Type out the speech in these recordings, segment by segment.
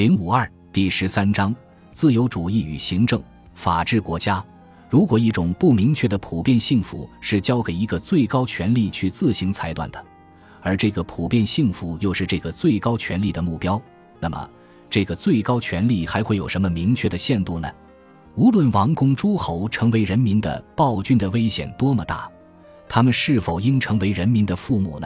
052第13章自由主义与行政法治国家。如果一种不明确的普遍幸福是交给一个最高权力去自行裁断的，而这个普遍幸福又是这个最高权力的目标，那么这个最高权力还会有什么明确的限度呢？无论王公诸侯成为人民的暴君的危险多么大，他们是否应成为人民的父母呢？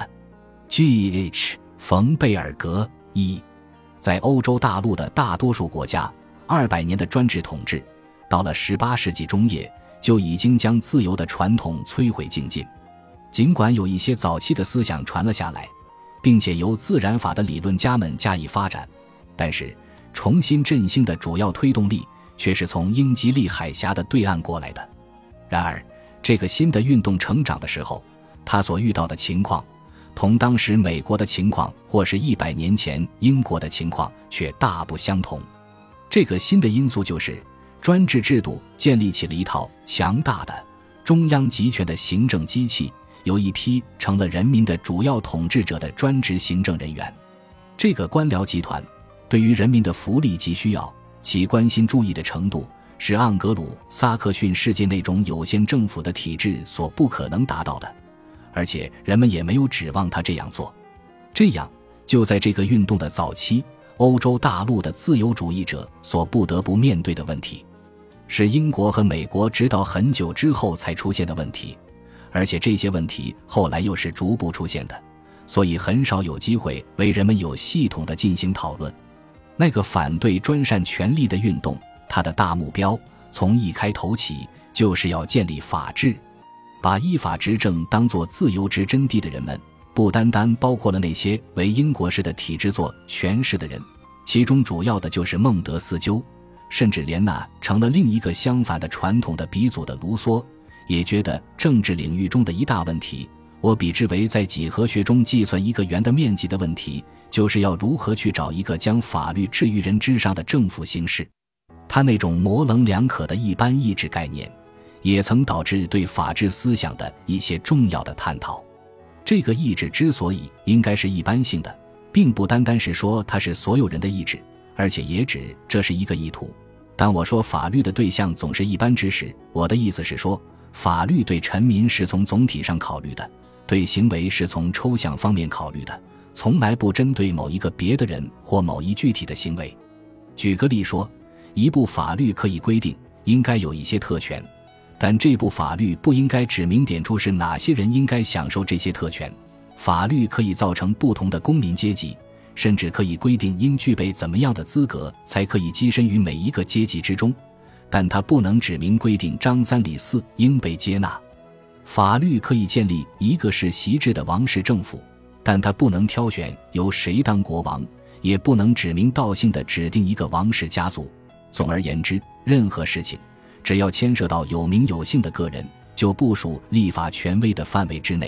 G.H. 冯贝尔格1。在欧洲大陆的大多数国家，200年的专制统治到了18世纪中叶就已经将自由的传统摧毁殆尽。尽管有一些早期的思想传了下来，并且由自然法的理论家们加以发展，但是重新振兴的主要推动力却是从英吉利海峡的对岸过来的。然而这个新的运动成长的时候，他所遇到的情况同当时美国的情况或是100年前英国的情况却大不相同。这个新的因素就是专制制度建立起了一套强大的中央集权的行政机器，由一批成了人民的主要统治者的专职行政人员。这个官僚集团对于人民的福利及需要，其关心注意的程度是盎格鲁撒克逊世界那种有限政府的体制所不可能达到的，而且人们也没有指望他这样做。这样，就在这个运动的早期，欧洲大陆的自由主义者所不得不面对的问题，是英国和美国直到很久之后才出现的问题，而且这些问题后来又是逐步出现的，所以很少有机会为人们有系统的进行讨论。那个反对专擅权力的运动，它的大目标从一开头起就是要建立法治。把依法执政当作自由之真谛的人们，不单单包括了那些为英国式的体制做诠释的人，其中主要的就是孟德斯鸠，甚至连那成了另一个相反的传统的鼻祖的卢梭，也觉得政治领域中的一大问题，我比之为在几何学中计算一个圆的面积的问题，就是要如何去找一个将法律置于人之上的政府形式。他那种模棱两可的一般意志概念也曾导致对法治思想的一些重要的探讨。这个意志之所以应该是一般性的，并不单单是说它是所有人的意志，而且也指这是一个意图。当我说法律的对象总是一般之时，我的意思是说，法律对臣民是从总体上考虑的，对行为是从抽象方面考虑的，从来不针对某一个别的人或某一具体的行为。举个例说，一部法律可以规定应该有一些特权，但这部法律不应该指明点出是哪些人应该享受这些特权。法律可以造成不同的公民阶级，甚至可以规定应具备怎么样的资格才可以跻身于每一个阶级之中，但它不能指明规定张三李四应被接纳。法律可以建立一个世袭制的王室政府，但它不能挑选由谁当国王，也不能指名道姓地指定一个王室家族。总而言之，任何事情只要牵涉到有名有姓的个人，就不属立法权威的范围之内。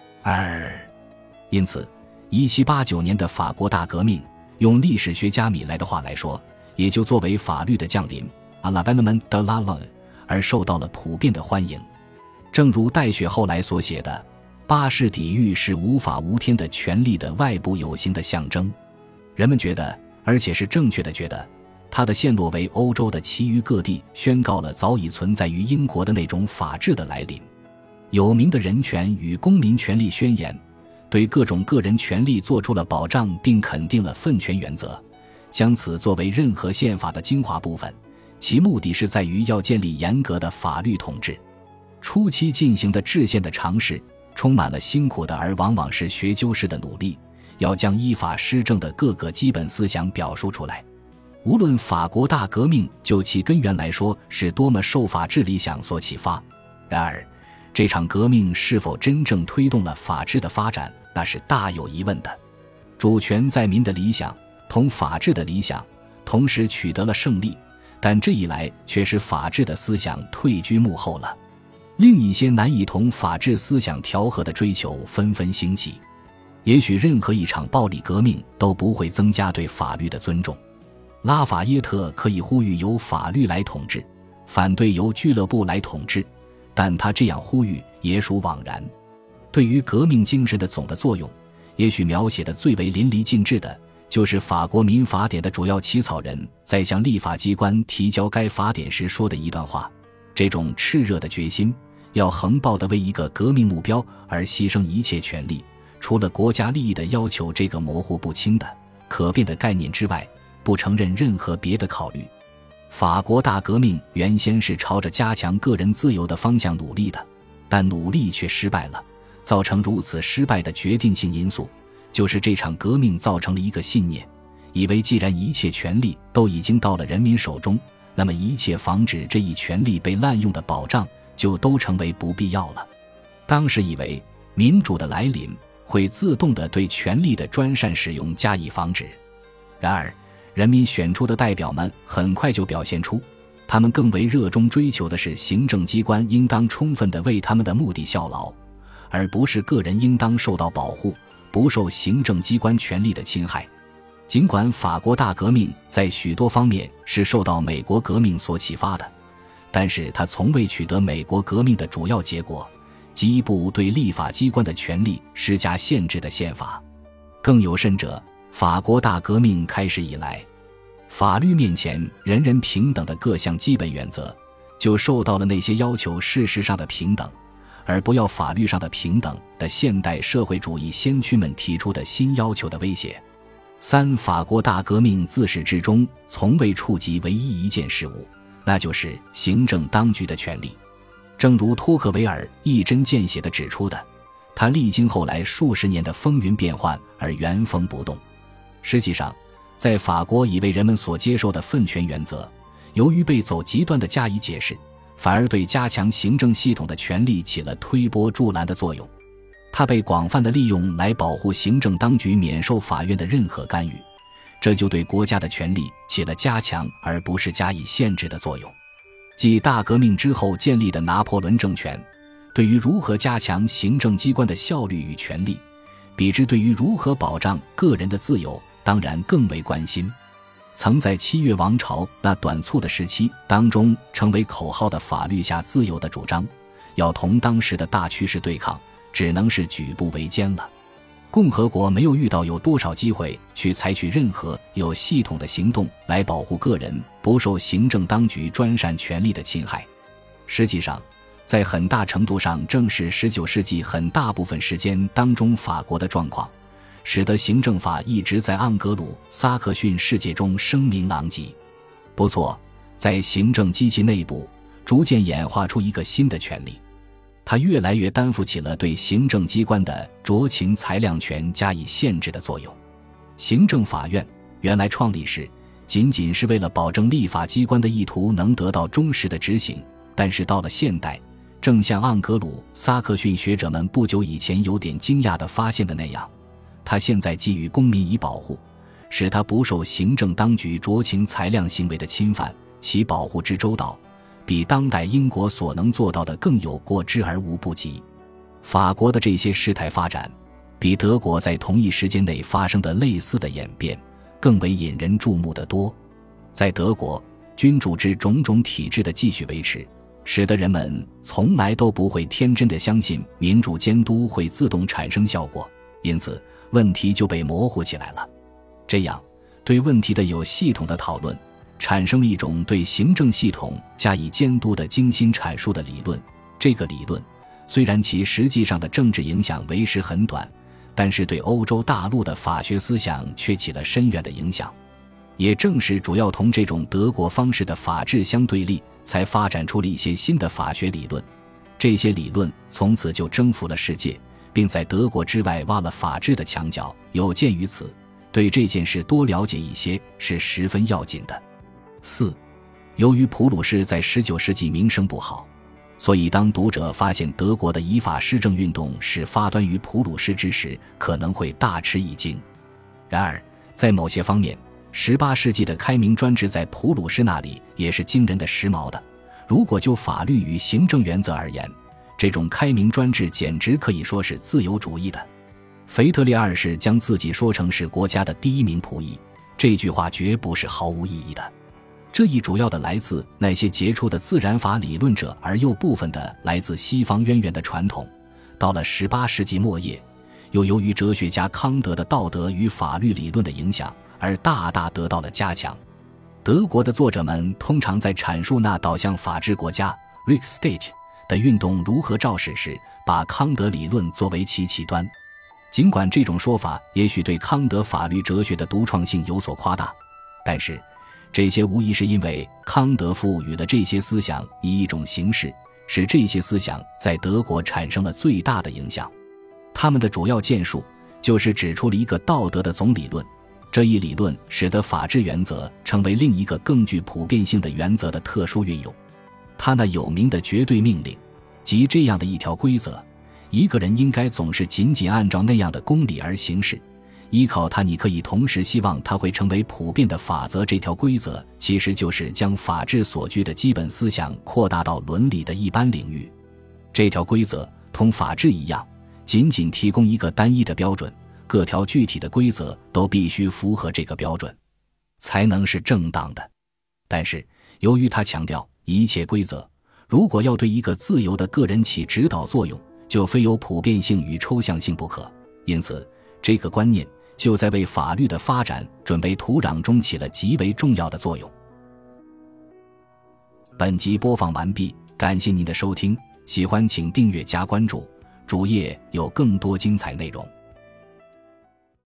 因此1789年的法国大革命，用历史学家米莱的话来说，也就作为法律的降临 à l'avènement de la loi 而受到了普遍的欢迎。正如戴雪后来所写的，巴士底狱是无法无天的权力的外部有形的象征。人们觉得，而且是正确的觉得，它的陷落为欧洲的其余各地宣告了早已存在于英国的那种法治的来临。有名的人权与公民权利宣言对各种个人权利做出了保障，并肯定了分权原则，将此作为任何宪法的精华部分，其目的是在于要建立严格的法律统治。初期进行的制宪的尝试充满了辛苦的而往往是学究式的努力，要将依法施政的各个基本思想表述出来。无论法国大革命就其根源来说是多么受法治理想所启发，然而这场革命是否真正推动了法治的发展，那是大有疑问的。主权在民的理想同法治的理想同时取得了胜利，但这一来却使法治的思想退居幕后了。另一些难以同法治思想调和的追求纷纷兴起。也许任何一场暴力革命都不会增加对法律的尊重。拉法耶特可以呼吁由法律来统治，反对由俱乐部来统治，但他这样呼吁也属枉然。对于革命精神的总的作用，也许描写的最为淋漓尽致的就是法国民法典的主要起草人在向立法机关提交该法典时说的一段话。这种炽热的决心，要横暴地为一个革命目标而牺牲一切权利，除了国家利益的要求这个模糊不清的可变的概念之外，不承认任何别的考虑。法国大革命原先是朝着加强个人自由的方向努力的，但努力却失败了。造成如此失败的决定性因素，就是这场革命造成了一个信念，以为既然一切权力都已经到了人民手中，那么一切防止这一权力被滥用的保障就都成为不必要了。当时以为民主的来临会自动地对权力的专善使用加以防止，然而人民选出的代表们很快就表现出，他们更为热衷追求的是行政机关应当充分地为他们的目的效劳，而不是个人应当受到保护，不受行政机关权力的侵害。尽管法国大革命在许多方面是受到美国革命所启发的，但是它从未取得美国革命的主要结果，即一部对立法机关的权力施加限制的宪法。更有甚者，法国大革命开始以来，法律面前人人平等的各项基本原则就受到了那些要求事实上的平等而不要法律上的平等的现代社会主义先驱们提出的新要求的威胁。法国大革命自始至终从未触及唯一一件事物，那就是行政当局的权力。正如托克维尔一针见血地指出的，他历经后来数十年的风云变幻而原封不动。实际上，在法国已为人们所接受的分权原则，由于被走极端地加以解释，反而对加强行政系统的权力起了推波助澜的作用。它被广泛地利用来保护行政当局免受法院的任何干预，这就对国家的权力起了加强而不是加以限制的作用。继大革命之后建立的拿破仑政权，对于如何加强行政机关的效率与权力，比之对于如何保障个人的自由，当然更为关心。曾在七月王朝那短促的时期当中成为口号的法律下自由的主张，要同当时的大趋势对抗，只能是举步维艰了。共和国没有遇到有多少机会去采取任何有系统的行动来保护个人不受行政当局专擅权力的侵害。实际上，在很大程度上正是19世纪很大部分时间当中法国的状况，使得行政法一直在盎格鲁撒克逊世界中声名狼藉。不错，在行政机器内部逐渐演化出一个新的权力，它越来越担负起了对行政机关的酌情裁量权加以限制的作用。行政法院原来创立时仅仅是为了保证立法机关的意图能得到忠实的执行，但是到了现代，正像盎格鲁撒克逊学者们不久以前有点惊讶地发现的那样，他现在给予公民以保护，使他不受行政当局酌情裁量行为的侵犯，其保护之周到，比当代英国所能做到的更有过之而无不及。法国的这些事态发展，比德国在同一时间内发生的类似的演变更为引人注目得多。在德国，君主制种种体制的继续维持，使得人们从来都不会天真地相信民主监督会自动产生效果，因此问题就被模糊起来了。这样，对问题的有系统的讨论产生了一种对行政系统加以监督的精心阐述的理论。这个理论虽然其实际上的政治影响为时很短，但是对欧洲大陆的法学思想却起了深远的影响。也正是主要同这种德国方式的法治相对立，才发展出了一些新的法学理论。这些理论从此就征服了世界，并在德国之外挖了法治的墙角。有鉴于此，对这件事多了解一些是十分要紧的。由于普鲁士在19世纪名声不好，所以当读者发现德国的以法施政运动是发端于普鲁士之时，可能会大吃一惊。然而在某些方面，18世纪的开明专制在普鲁士那里也是惊人的时髦的。如果就法律与行政原则而言，这种开明专制简直可以说是自由主义的。腓特烈二世将自己说成是国家的第一名仆役，这句话绝不是毫无意义的。这一主要的来自那些杰出的自然法理论者，而又部分的来自西方渊源的传统。到了18世纪末叶， 又由于哲学家康德的道德与法律理论的影响而大大得到了加强。德国的作者们通常在阐述那导向法治国家 Rechtsstaat 的运动如何肇始时，把康德理论作为其起端。尽管这种说法也许对康德法律哲学的独创性有所夸大，但是这些无疑是因为康德赋予了这些思想以一种形式，使这些思想在德国产生了最大的影响。他们的主要建树就是指出了一个道德的总理论，这一理论使得法治原则成为另一个更具普遍性的原则的特殊运用。他那有名的绝对命令，即这样的一条规则，一个人应该总是仅仅按照那样的公理而行事，依靠它你可以同时希望它会成为普遍的法则。这条规则其实就是将法治所具的基本思想扩大到伦理的一般领域。这条规则同法治一样，仅仅提供一个单一的标准，各条具体的规则都必须符合这个标准，才能是正当的。但是由于他强调一切规则如果要对一个自由的个人起指导作用，就非有普遍性与抽象性不可，因此这个观念就在为法律的发展准备土壤中起了极为重要的作用。本集播放完毕，感谢您的收听，喜欢请订阅加关注，主页有更多精彩内容。